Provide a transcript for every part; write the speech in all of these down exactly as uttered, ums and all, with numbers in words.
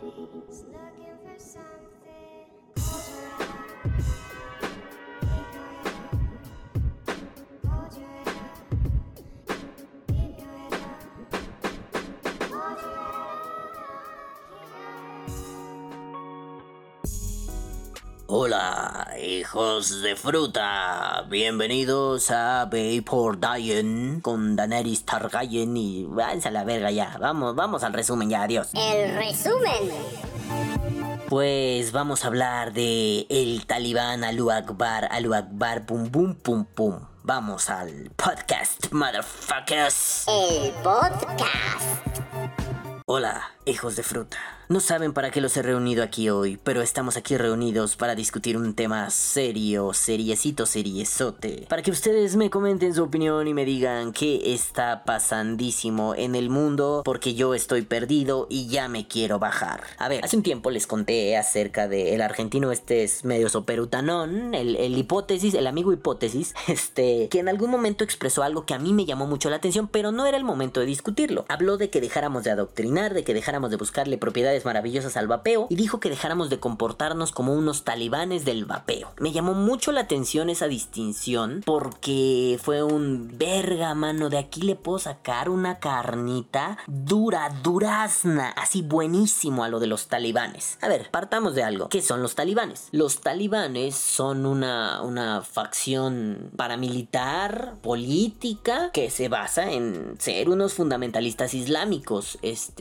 Hola, hijos de fruta, bienvenidos a Vapor Dian con Daenerys Targaryen y váyanse a la verga ya, vamos, vamos al resumen ya, adiós. El resumen. Pues vamos a hablar de el talibán, Allahu Akbar, Allahu Akbar, pum pum pum pum. Vamos al podcast, motherfuckers. El podcast. Hola, hijos de fruta. No saben para qué los he reunido aquí hoy, pero estamos aquí reunidos para discutir un tema serio, seriecito, seriezote. Para que ustedes me comenten su opinión y me digan qué está pasandísimo en el mundo, porque yo estoy perdido y ya me quiero bajar. A ver, hace un tiempo les conté acerca del argentino este es medio soperutanón, el, el hipótesis, el amigo hipótesis, este, que en algún momento expresó algo que a mí me llamó mucho la atención, pero no era el momento de discutirlo. Habló de que dejáramos de adoctrinar, de que dejáramos de buscarle propiedades maravillosas al vapeo y dijo que dejáramos de comportarnos como unos talibanes del vapeo. Me llamó mucho la atención esa distinción porque fue un verga, mano, de aquí le puedo sacar una carnita dura, durazna, así buenísimo a lo de los talibanes. A ver, partamos de algo. ¿Qué son los talibanes? Los talibanes son una, una facción paramilitar, política, que se basa en ser unos fundamentalistas islámicos.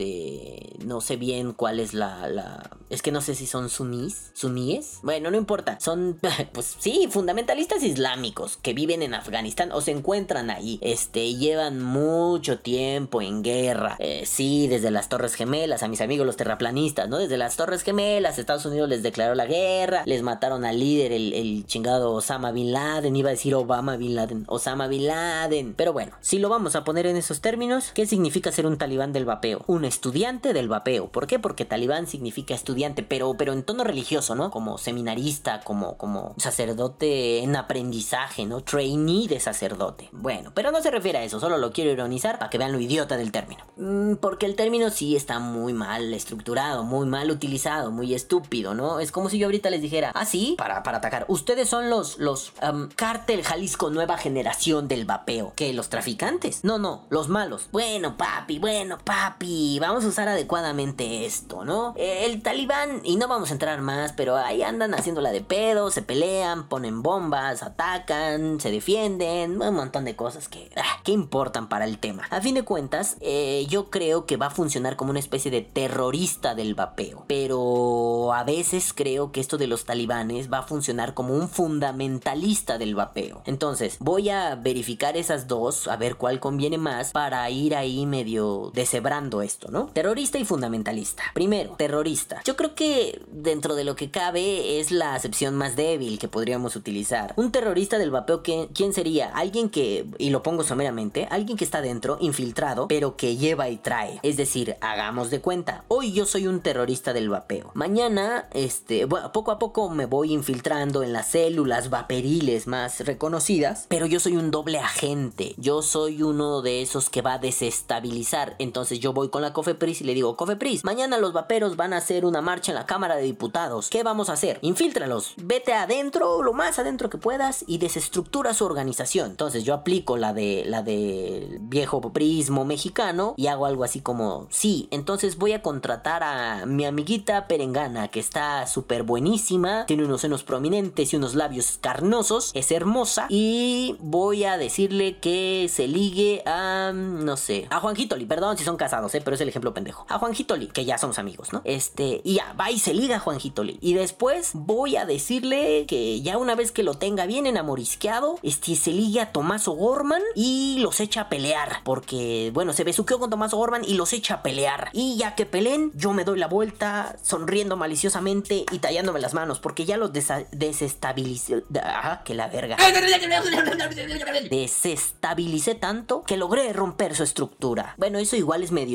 Este, no sé bien cuál es la, la... Es que no sé si son sunís, suníes. Bueno, no importa. Son, pues sí, fundamentalistas islámicos que viven en Afganistán o se encuentran ahí. Este, llevan mucho tiempo en guerra. Eh, sí, desde las Torres Gemelas, a mis amigos los terraplanistas, ¿no? Desde las Torres Gemelas, Estados Unidos les declaró la guerra. Les mataron al líder, el, el chingado Osama Bin Laden. Iba a decir Obama Bin Laden. Osama Bin Laden. Pero bueno, si lo vamos a poner en esos términos, ¿qué significa ser un talibán del vapeo? Un estudiante del vapeo. ¿Por qué? Porque talibán significa estudiante, pero, pero en tono religioso, ¿no? Como seminarista, como, como sacerdote en aprendizaje, ¿no? Trainee de sacerdote. Bueno, pero no se refiere a eso, solo lo quiero ironizar para que vean lo idiota del término. Mm, porque el término sí está muy mal estructurado, muy mal utilizado, muy estúpido, ¿no? Es como si yo ahorita les dijera, ah, sí, para, para atacar. Ustedes son los, los um, Cártel Jalisco Nueva Generación del vapeo. ¿Qué? ¿Los traficantes? No, no, los malos. Bueno, papi, bueno, papi, vamos a usar adecuadamente esto, ¿no? El talibán, y no vamos a entrar más, pero ahí andan haciéndola de pedo, se pelean, ponen bombas, atacan, se defienden, un montón de cosas que, ah, que importan para el tema. A fin de cuentas, eh, yo creo que va a funcionar como una especie de terrorista del vapeo, pero a veces creo que esto de los talibanes va a funcionar como un fundamentalista del vapeo. Entonces, voy a verificar esas dos, a ver cuál conviene más para ir ahí medio deshebrando esto, ¿no? Terrorista y fundamentalista. Primero, terrorista. Yo creo que dentro de lo que cabe es la acepción más débil que podríamos utilizar. Un terrorista del vapeo, ¿quién sería? Alguien que, y lo pongo someramente, alguien que está dentro, infiltrado, pero que lleva y trae. Es decir, hagamos de cuenta, hoy yo soy un terrorista del vapeo. Mañana, este, bueno, poco a poco me voy infiltrando en las células vaporiles más reconocidas, pero yo soy un doble agente. Yo soy uno de esos que va a desestabilizar. Entonces yo voy con la COFEPRIS y le digo, COFEPRIS, mañana los vaperos van a hacer una marcha en la Cámara de Diputados. ¿Qué vamos a hacer? Infíltralos. Vete adentro, lo más adentro que puedas y desestructura su organización. Entonces yo aplico la de la de viejo prismo mexicano y hago algo así como, sí, entonces voy a contratar a mi amiguita Perengana, que está súper buenísima, tiene unos senos prominentes y unos labios carnosos, es hermosa, y voy a decirle que se ligue a, no sé, a Juanjitoli, perdón si son casados, eh, pero es el ejemplo pendejo. A Juanjitoli, que ya somos amigos, ¿no? Este, y ya, va y se liga a Juanjitoli. Y después voy a decirle que ya una vez que lo tenga bien enamorisqueado, este, se ligue a Tomás O'Gorman y los echa a pelear. Porque, bueno, se besuqueó con Tomás O'Gorman y los echa a pelear. Y ya que peleen, yo me doy la vuelta, sonriendo maliciosamente y tallándome las manos, porque ya los desa- desestabilicé. Ajá, que la verga. Desestabilicé tanto que logré romper su estructura. Bueno, eso igual es medio un pedo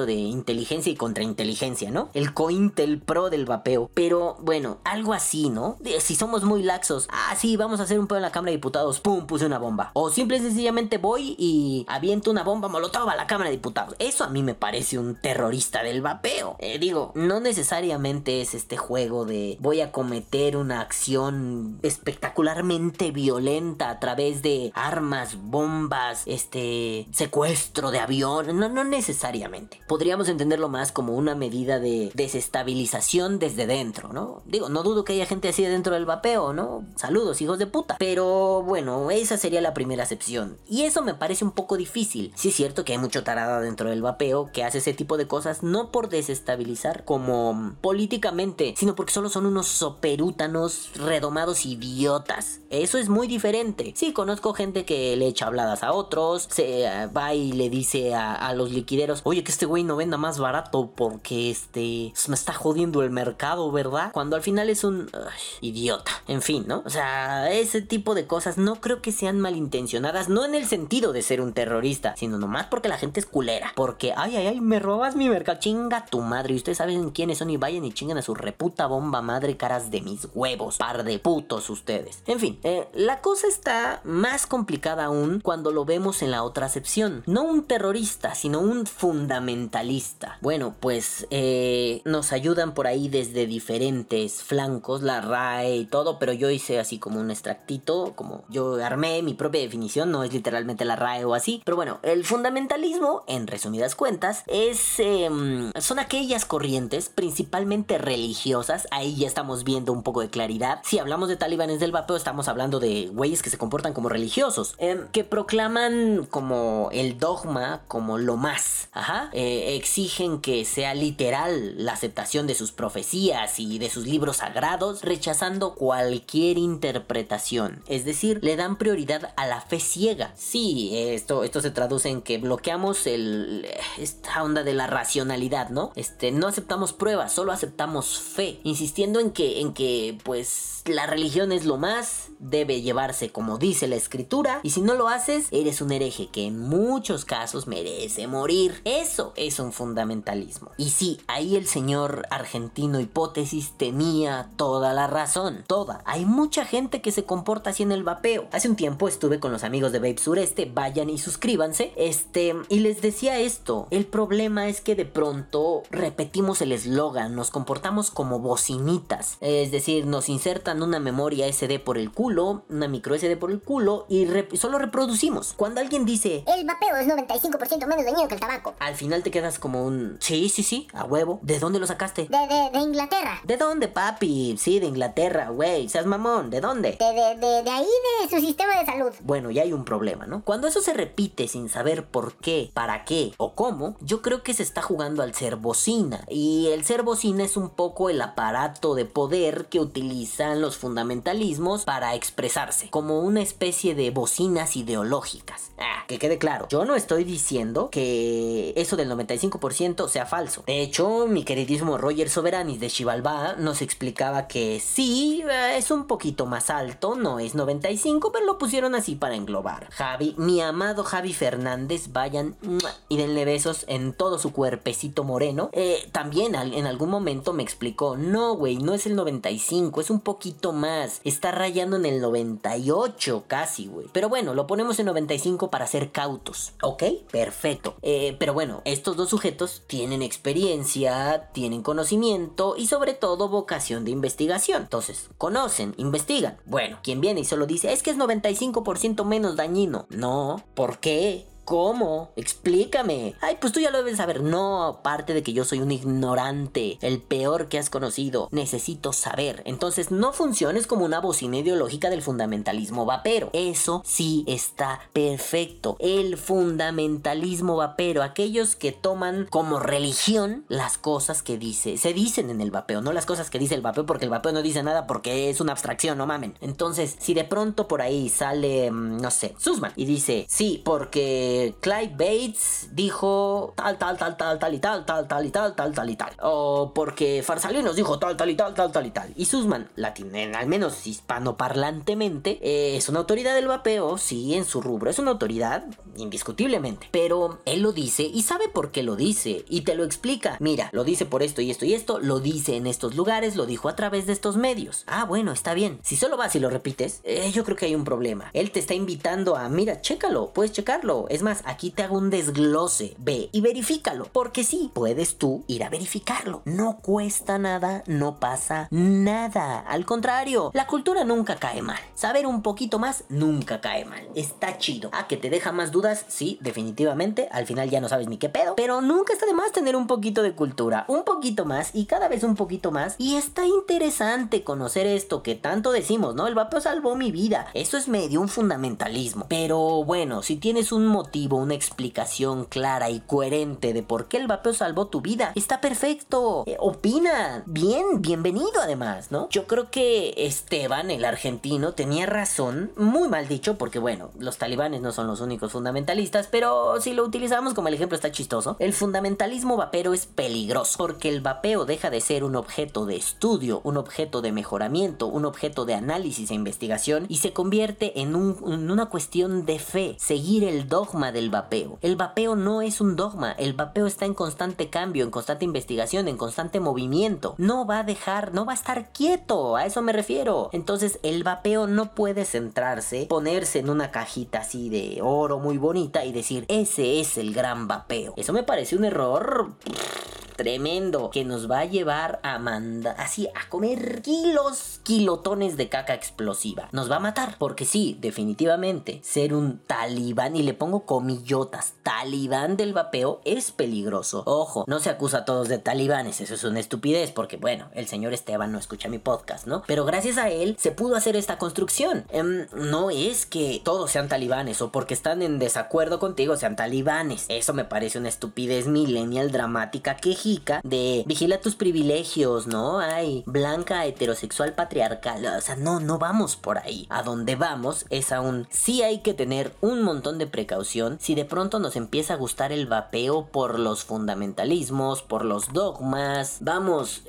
pedo de inteligencia y contrainteligencia, ¿no? El Cointel Pro del vapeo. Pero bueno, algo así, ¿no? De, si somos muy laxos, ah, sí, vamos a hacer un pedo en la Cámara de Diputados, pum, puse una bomba. O simple y sencillamente voy y aviento una bomba molotov a la Cámara de Diputados. Eso a mí me parece un terrorista del vapeo. Eh, digo, no necesariamente es este juego de voy a cometer una acción espectacularmente violenta a través de armas, bombas, este, secuestro de avión. No, no necesariamente. Podríamos entenderlo más como una medida de desestabilización desde dentro, ¿no? Digo, no dudo que haya gente así dentro del vapeo, ¿no? Saludos, hijos de puta. Pero bueno, esa sería la primera acepción. Y eso me parece un poco difícil. Sí es cierto que hay mucho tarada dentro del vapeo que hace ese tipo de cosas no por desestabilizar como políticamente, sino porque solo son unos soperútanos redomados idiotas. Eso es muy diferente. Sí, conozco gente que le echa habladas a otros, se uh, va y le dice a, a los liquideros, oye, que este güey no venda más barato porque este me está jodiendo el mercado, ¿verdad? Cuando al final es un uh, idiota. En fin, ¿no? O sea, ese tipo de cosas no creo que sean malintencionadas, no en el sentido de ser un terrorista, sino nomás porque la gente es culera. Porque, ay, ay, ay, me robas mi mercado, chinga tu madre. Y ustedes saben quiénes son y vayan y chingan a su reputa bomba madre, caras de mis huevos, par de putos ustedes. En fin, eh, la cosa está más complicada aún cuando lo vemos en la otra acepción. No un terrorista, sino un fundamentalista. Bueno, pues eh, nos ayudan por ahí desde diferentes flancos, la R A E y todo, pero yo hice así como un extractito, como yo armé mi propia definición, no es literalmente la R A E o así, pero bueno, el fundamentalismo, en resumidas cuentas, es eh, son aquellas corrientes principalmente religiosas. Ahí ya estamos viendo un poco de claridad. Si hablamos de talibanes del vapeo, estamos hablando de güeyes que se comportan como religiosos, eh, que proclaman como el dogma, como lo más, ajá, eh, exigen que sea literal la aceptación de sus profecías y de sus libros sagrados, rechazando cualquier interpretación. Es decir, le dan prioridad a la fe ciega. Sí, esto, esto se traduce en que bloqueamos el, esta onda de la racionalidad, ¿no? Este, no aceptamos pruebas, solo aceptamos fe, insistiendo en que, en que, pues, la religión es lo más, debe llevarse como dice la escritura, y si no lo haces, eres un hereje que en muchos casos merece morir. Eso es un fundamentalismo. Y sí, ahí el señor argentino Hipótesis tenía toda la razón, toda. Hay mucha gente que se comporta así en el vapeo. Hace un tiempo estuve con los amigos de Vape Sureste, vayan y suscríbanse, este, y les decía esto, el problema es que de pronto repetimos el eslogan, nos comportamos como bocinitas, es decir, nos insertan una memoria ese de por el culo, una micro ese de por el culo, y rep- solo reproducimos. Cuando alguien dice el vapeo es noventa y cinco por ciento menos dañino que el tabaco, al final te quedas como un sí, sí, sí, a huevo. ¿De dónde lo sacaste? De, de, de Inglaterra. ¿De dónde, papi? Sí, de Inglaterra, güey, seas mamón, ¿de dónde? De, de, de, de ahí de su sistema de salud. Bueno, ya hay un problema, ¿no? Cuando eso se repite sin saber por qué, para qué o cómo, yo creo que se está jugando al ser bocina. Y el ser bocina es un poco el aparato de poder que utilizan los fundamentalismos para expresarse, como una especie de bocinas ideológicas. Ah, que quede claro, yo no estoy diciendo que eso del noventa y cinco por ciento sea falso. De hecho, mi queridísimo Roger Soberanis de Xibalbá nos explicaba que sí, es un poquito más alto, no es noventa y cinco, pero lo pusieron así para englobar. Javi, mi amado Javi Fernández, vayan y denle besos en todo su cuerpecito moreno. Eh, también en algún momento me explicó, no güey, no es el noventa y cinco, es un poquito más, está rayando en el noventa y ocho casi, güey. Pero bueno, lo ponemos en noventa y cinco para ser cautos, ¿ok? Perfecto. Eh, pero bueno, estos dos sujetos tienen experiencia, tienen conocimiento y sobre todo vocación de investigación. Entonces, conocen, investigan. Bueno, quien viene y solo dice, es que es noventa y cinco por ciento menos dañino. No, ¿por qué? ¿Cómo? Explícame. Ay, pues tú ya lo debes saber. No, aparte de que yo soy un ignorante, el peor que has conocido. Necesito saber. Entonces no funciones como una bocina ideológica del fundamentalismo vapero. Eso sí está perfecto. El fundamentalismo vapero, aquellos que toman como religión las cosas que dice, se dicen en el vapeo, no las cosas que dice el vapeo, porque el vapeo no dice nada porque es una abstracción, no mamen. Entonces, si de pronto por ahí sale, no sé, Sussman y dice, sí, porque porque Clive Bates dijo tal, tal, tal, tal, tal y tal, tal, tal y tal, tal, tal y tal. O porque Farsalinos dijo tal, tal y tal, tal, tal y tal. Y Sussman, latin, al menos hispanoparlantemente, eh, es una autoridad del vapeo, sí, en su rubro. Es una autoridad, indiscutiblemente. Pero él lo dice y sabe por qué lo dice. Y te lo explica. Mira, lo dice por esto y esto y esto. Lo dice en estos lugares, lo dijo a través de estos medios. Ah, bueno, está bien. Si solo vas y lo repites, eh, yo creo que hay un problema. Él te está invitando a, mira, chécalo, puedes checarlo. Es más, aquí te hago un desglose. Ve y verifícalo. Porque sí, puedes tú ir a verificarlo. No cuesta nada, no pasa nada. Al contrario, la cultura nunca cae mal. Saber un poquito más nunca cae mal. Está chido. Ah, que te deja más dudas, sí, definitivamente. Al final ya no sabes ni qué pedo. Pero nunca está de más tener un poquito de cultura. Un poquito más y cada vez un poquito más. Y está interesante conocer esto que tanto decimos, ¿no? El vapeo salvó mi vida. Eso es medio un fundamentalismo. Pero bueno, si tienes un motivo, una explicación clara y coherente de por qué el vapeo salvó tu vida, está perfecto. Eh, opina. Bien, bienvenido además, ¿no? Yo creo que Esteban, el argentino, tenía razón. Muy mal dicho, porque bueno, los talibanes no son los únicos fundamentalistas, pero si lo utilizamos como el ejemplo está chistoso. El fundamentalismo vapero es peligroso, porque el vapeo deja de ser un objeto de estudio, un objeto de mejoramiento, un objeto de análisis e investigación, y se convierte en, un, en una cuestión de fe, seguir el dogma del vapeo. El vapeo no es un dogma, el vapeo está en constante cambio, en constante investigación, en constante movimiento. No va a dejar, no va a estar quieto, a eso me refiero. Entonces el vapeo no puede centrarse, ponerse en una cajita así de oro muy bonita y decir, ese es el gran vapeo. Eso me parece un error tremendo, que nos va a llevar a mandar así a comer kilos, kilotones de caca explosiva. Nos va a matar, porque sí, definitivamente ser un talibán, y le pongo comillotas, talibán del vapeo es peligroso. Ojo, no se acusa a todos de talibanes, eso es una estupidez, porque bueno, el señor Esteban no escucha mi podcast, ¿no? Pero gracias a él se pudo hacer esta construcción. Um, no es que todos sean talibanes o porque están en desacuerdo contigo sean talibanes. Eso me parece una estupidez millennial dramática que de vigila tus privilegios, ¿no? Ay, blanca, heterosexual, patriarcal. O sea, no, no vamos por ahí. A donde vamos es a un... Sí hay que tener un montón de precaución si de pronto nos empieza a gustar el vapeo por los fundamentalismos, por los dogmas. Vamos,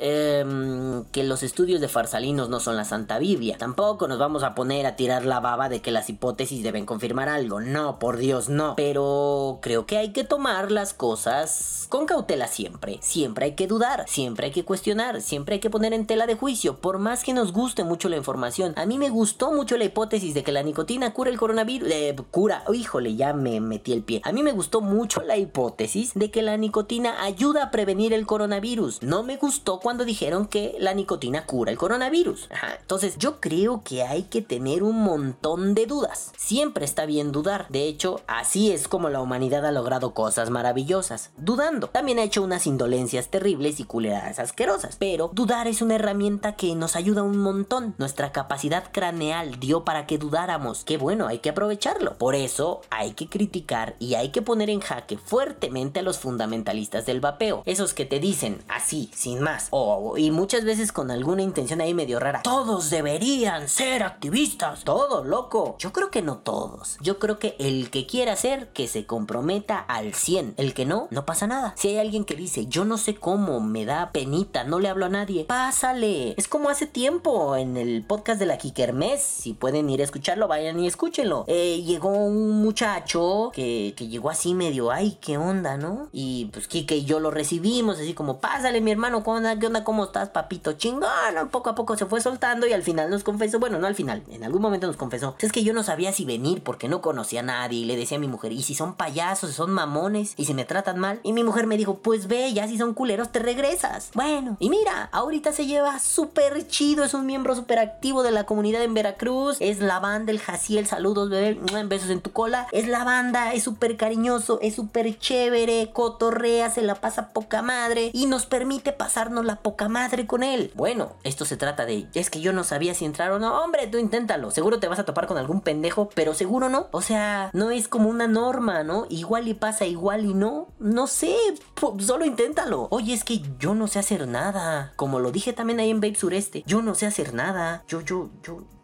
eh, que los estudios de Farsalinos no son la Santa Biblia. Tampoco nos vamos a poner a tirar la baba de que las hipótesis deben confirmar algo. No, por Dios, no. Pero creo que hay que tomar las cosas con cautela siempre. Siempre hay que dudar, siempre hay que cuestionar, siempre hay que poner en tela de juicio, por más que nos guste mucho la información. A mí me gustó mucho la hipótesis de que la nicotina cura el coronavirus. Eh, cura, oh, híjole, ya me metí el pie. A mí me gustó mucho la hipótesis de que la nicotina ayuda a prevenir el coronavirus. No me gustó cuando dijeron que la nicotina cura el coronavirus. Ajá. Entonces, yo creo que hay que tener un montón de dudas. Siempre está bien dudar. De hecho, así es como la humanidad ha logrado cosas maravillosas. Dudando. También ha hecho unas indolencias terribles y culeradas asquerosas, pero dudar es una herramienta que nos ayuda un montón. Nuestra capacidad craneal dio para que dudáramos. Qué bueno, hay que aprovecharlo. Por eso hay que criticar y hay que poner en jaque fuertemente a los fundamentalistas del vapeo, esos que te dicen así, sin más, o y muchas veces con alguna intención ahí medio rara, todos deberían ser activistas, todo loco. Yo creo que no todos. Yo creo que el que quiera ser, que se comprometa al cien. El que no, no pasa nada. Si hay alguien que dice, yo no sé cómo, me da penita, no le hablo a nadie, pásale. Es como hace tiempo en el podcast de la Kikermes. Si pueden ir a escucharlo, vayan y escúchenlo. Eh, llegó un muchacho que, que llegó así medio, ay, qué onda, ¿no? Y pues Kike y yo lo recibimos así como, pásale mi hermano, ¿qué onda? ¿Qué onda? ¿Cómo estás, papito? Chingón. Poco a poco se fue soltando y al final nos confesó, bueno, no al final, en algún momento nos confesó, es que yo no sabía si venir porque no conocía a nadie, y le decía a mi mujer, y si son payasos, si son mamones, y si me tratan mal, y mi mujer me dijo, pues ve, ya si son culeros te regresas. Bueno, y mira, ahorita se lleva súper chido, es un miembro súper activo de la comunidad en Veracruz, es la banda, el Jaciel, saludos bebé, besos en tu cola, es la banda, es súper cariñoso, es súper chévere, cotorrea, se la pasa poca madre y nos permite pasarnos la poca madre con él. Bueno, esto se trata de, es que yo no sabía si entrar o no. Hombre, tú inténtalo, seguro te vas a topar con algún pendejo, pero seguro no. O sea, no es como una norma, ¿no? Igual y pasa, igual y no. No sé, solo inténtalo. Oye, es que yo no sé hacer nada. Como lo dije también ahí en Babe Sureste, yo no sé hacer nada. Yo, yo, yo...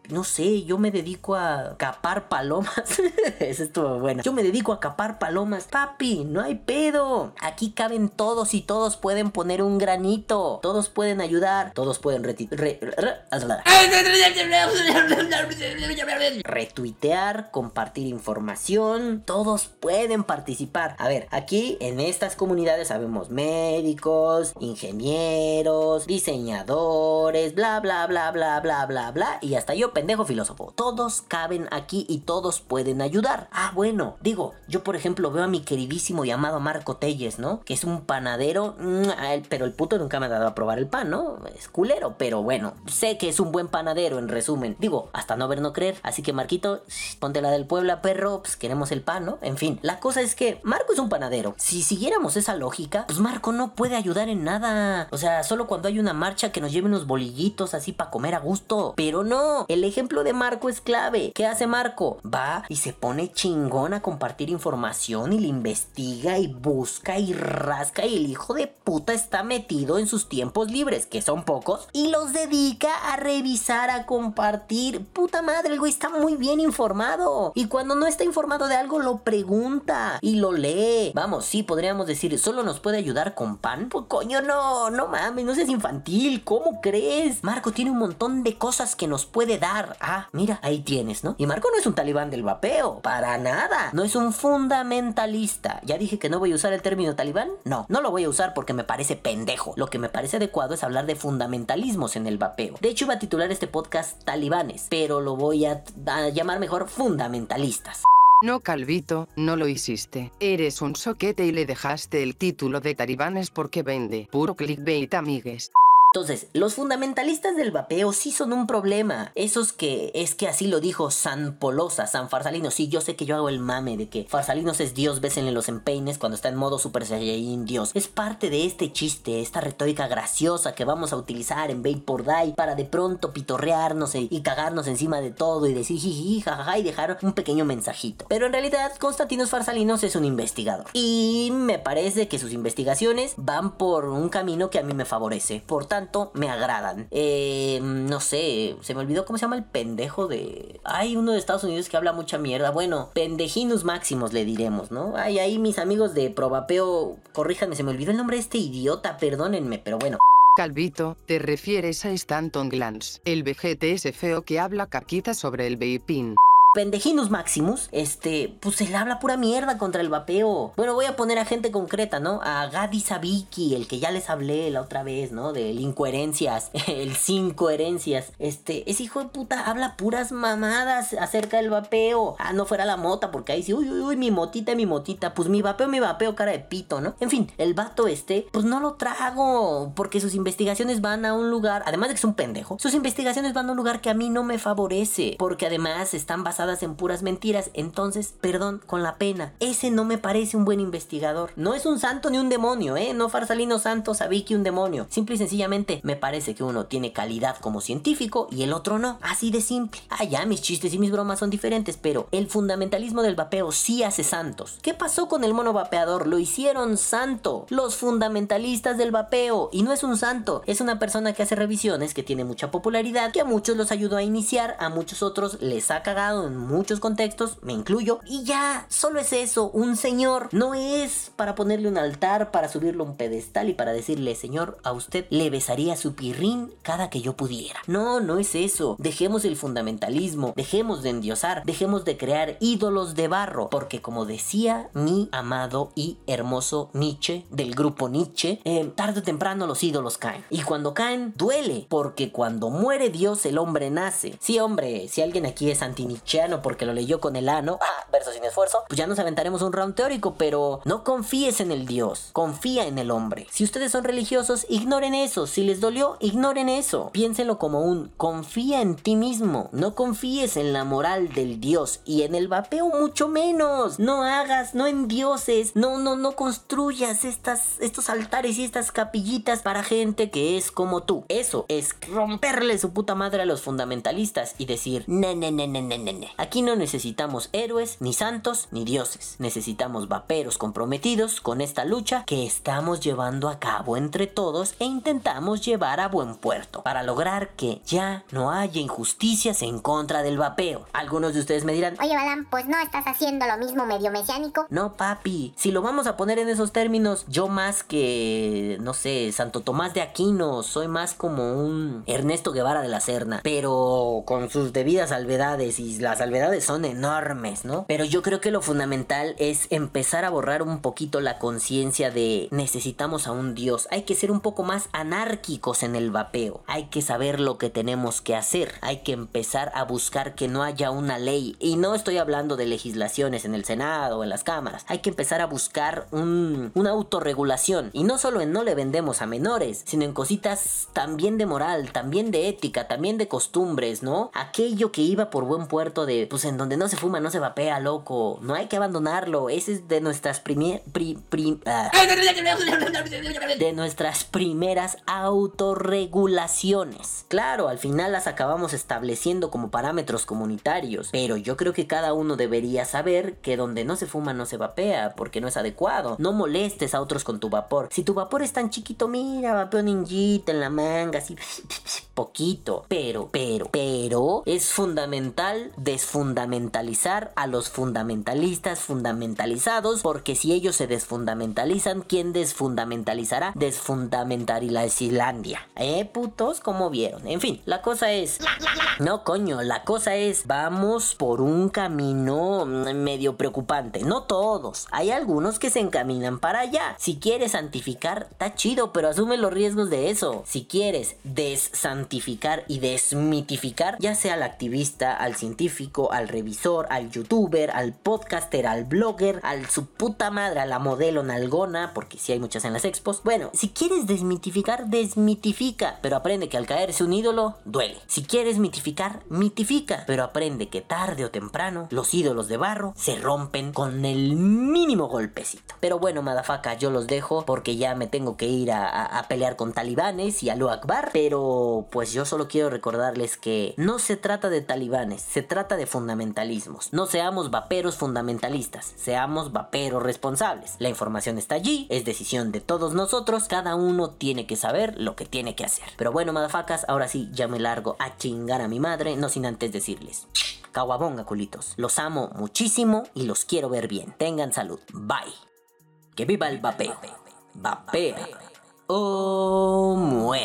no sé, yo me dedico a capar palomas. Eso estuvo bueno. Yo me dedico a capar palomas. Papi, no hay pedo. Aquí caben todos y todos pueden poner un granito. Todos pueden ayudar. Todos pueden reti- re- re- re- retuitear, compartir información. Todos pueden participar. A ver, aquí en estas comunidades sabemos médicos, ingenieros, diseñadores, bla bla bla bla bla bla bla, y hasta yo, pendejo filósofo. Todos caben aquí y todos pueden ayudar. Ah, bueno, digo, yo por ejemplo veo a mi queridísimo llamado Marco Telles, ¿no? Que es un panadero, pero el puto nunca me ha dado a probar el pan, ¿no? Es culero, pero bueno, sé que es un buen panadero, en resumen. Digo, hasta no ver no creer. Así que Marquito, ponte la del Puebla, perro, pues queremos el pan, ¿no? En fin, la cosa es que Marco es un panadero. Si siguiéramos esa lógica, pues Marco no puede ayudar en nada. O sea, solo cuando hay una marcha que nos lleven unos bolillitos así para comer a gusto. Pero no, el ejemplo de Marco es clave. ¿Qué hace Marco? Va y se pone chingón a compartir información y le investiga y busca y rasca, y el hijo de puta está metido en sus tiempos libres, que son pocos, y los dedica a revisar, a compartir. Puta madre, el güey está muy bien informado, y cuando no está informado de algo lo pregunta y lo lee. Vamos, sí, podríamos decir, ¿solo nos puede ayudar con pan? Pues coño, no, no mames, no seas infantil, ¿cómo crees? Marco tiene un montón de cosas que nos puede dar. Ah, mira, ahí tienes, ¿no? Y Marco no es un talibán del vapeo, para nada. No es un fundamentalista. Ya dije que no voy a usar el término talibán. No, no lo voy a usar porque me parece pendejo. Lo que me parece adecuado es hablar de fundamentalismos en el vapeo. De hecho, iba a titular este podcast Talibanes, pero lo voy a, a llamar mejor fundamentalistas. No, Calvito, no lo hiciste. Eres un soquete y le dejaste el título de talibanes porque vende. Puro clickbait, amigues. Entonces, los fundamentalistas del vapeo sí son un problema. Esos que, es que así lo dijo San Polosa, San Farsalino. Sí, yo sé que yo hago el mame de que Farsalinos es Dios, bésenle los empeines cuando está en modo Super Saiyajin Dios. Es parte de este chiste, esta retórica graciosa que vamos a utilizar en Vapor Day para de pronto pitorrearnos y, y cagarnos encima de todo y decir jiji, jajaja y dejar un pequeño mensajito. Pero en realidad, Constantinos Farsalinos es un investigador. Y me parece que sus investigaciones van por un camino que a mí me favorece. Por tanto, me agradan. Eh, no sé, se me olvidó cómo se llama el pendejo de... Hay uno de Estados Unidos que habla mucha mierda. Bueno, pendejinus máximos le diremos, ¿no? Ay, ahí mis amigos de Provapeo, corríjanme, se me olvidó el nombre de este idiota, perdónenme, pero bueno. Calvito, te refieres a Stanton Glantz, el vejete ese feo que habla caquita sobre el vaping. Pendejinus Maximus, este, pues él habla pura mierda contra el vapeo. Bueno, voy a poner a gente concreta, ¿no? A Gadi Sabiki, el que ya les hablé la otra vez, ¿no? Del incoherencias, el sin coherencias. Este, ese hijo de puta habla puras mamadas acerca del vapeo. Ah, no fuera la mota, porque ahí sí, uy, uy, uy, mi motita, mi motita. Pues mi vapeo, mi vapeo, cara de pito, ¿no? En fin, el vato este, pues no lo trago, porque sus investigaciones van a un lugar, además de que es un pendejo, sus investigaciones van a un lugar que a mí no me favorece, porque además están basadas en puras mentiras. Entonces, perdón, con la pena, ese no me parece un buen investigador. No es un santo ni un demonio, ¿eh? No Farsalino santo, Sabiki un demonio. Simple y sencillamente me parece que uno tiene calidad como científico y el otro no. Así de simple. Ah, ya, mis chistes y mis bromas son diferentes, pero el fundamentalismo del vapeo sí hace santos. ¿Qué pasó con el mono vapeador? Lo hicieron santo. Los fundamentalistas del vapeo. Y no es un santo, es una persona que hace revisiones, que tiene mucha popularidad, que a muchos los ayudó a iniciar, a muchos otros les ha cagado en muchos contextos, me incluyo, y ya, solo es eso, un señor. No es para ponerle un altar, para subirlo a un pedestal y para decirle, señor, a usted le besaría su pirrín cada que yo pudiera. No, no es eso. Dejemos el fundamentalismo, dejemos de endiosar, dejemos de crear ídolos de barro, porque como decía mi amado y hermoso Nietzsche, del grupo Nietzsche, eh, tarde o temprano los ídolos caen. Y cuando caen, duele, porque cuando muere Dios, el hombre nace. Sí, hombre, si alguien aquí es anti-Nietzscheano porque lo leyó con el ano, ah, verso sin esfuerzo, pues ya nos aventaremos un round teórico, pero no confíes en el Dios, confía en el hombre. Si ustedes son religiosos, ignoren eso. Si les dolió, ignoren eso. Piénsenlo como un confía en ti mismo, no confíes en la moral del Dios, y en el vapeo mucho menos. No hagas, no endioses, no, no, no construyas estas, estos altares y estas capillitas para gente que es como tú. Eso es romperle su puta madre a los fundamentalistas y decir, ne, ne, ne, ne, ne, ne, ne. mire, aquí no necesitamos héroes, ni santos, ni dioses. Necesitamos vaperos comprometidos con esta lucha que estamos llevando a cabo entre todos e intentamos llevar a buen puerto para lograr que ya no haya injusticias en contra del vapeo. Algunos de ustedes me dirán, Oye, Balam, pues no estás haciendo lo mismo medio mesiánico. no, papi, si lo vamos a poner en esos términos, yo más que, no sé, Santo Tomás de Aquino, soy más como un Ernesto Guevara de la Serna, pero con sus debidas salvedades, y las salvedades son enormes, ¿no? Pero yo creo que lo fundamental es empezar a borrar un poquito la conciencia de necesitamos a un dios. Hay que ser un poco más anárquicos en el vapeo. Hay que saber lo que tenemos que hacer. Hay que empezar a buscar que no haya una ley. Y no estoy hablando de legislaciones en el Senado o en las cámaras. Hay que empezar a buscar un, una autorregulación. Y no solo en no le vendemos a menores, sino en cositas también de moral, también de ética, también de costumbres, ¿no? Aquello que iba por buen puerto de, pues en donde no se fuma, no se vapea, loco. No hay que abandonarlo. Ese es de nuestras primeras... Pri, pri, ah, de nuestras primeras autorregulaciones. Claro, al final las acabamos estableciendo como parámetros comunitarios, pero yo creo que cada uno debería saber que donde no se fuma no se vapea, porque no es adecuado. No molestes a otros con tu vapor. Si tu vapor es tan chiquito, mira, vapeo ninjita en la manga, así poquito. Pero, pero, pero es fundamental desfundamentalizar a los fundamentalistas fundamentalizados, porque si ellos se desfundamentalizan, ¿quién desfundamentalizará? Desfundamentalizalandia. ¿Eh, putos? ¿Cómo vieron? En fin, la cosa es... No, coño, la cosa es... Vamos por un camino medio preocupante. No todos. Hay algunos que se encaminan para allá. Si quieres santificar, está chido, pero asume los riesgos de eso. Si quieres desantificar y desmitificar, ya sea al activista, al científico, al revisor, al youtuber, al podcaster, al blogger, al su puta madre, a la modelo nalgona, porque sí hay muchas en las expos. Bueno, si quieres desmitificar, desmitifica, pero aprende que al caerse un ídolo, duele. Si quieres mitificar, mitifica, pero aprende que tarde o temprano los ídolos de barro se rompen con el mínimo golpecito. Pero bueno, madafaca, yo los dejo porque ya me tengo que ir a, a, a pelear con talibanes y a Allahu Akbar, pero pues yo solo quiero recordarles que no se trata de talibanes, se trata de fundamentalismos. No seamos vaperos fundamentalistas, seamos vaperos responsables. La información está allí, es decisión de todos nosotros, cada uno tiene que saber lo que tiene que hacer. Pero bueno, madafacas, ahora sí, ya me largo a chingar a mi madre, no sin antes decirles: caguabonga, culitos. Los amo muchísimo y los quiero ver bien. Tengan salud. Bye. Que viva el vapeo. Vapea o muere.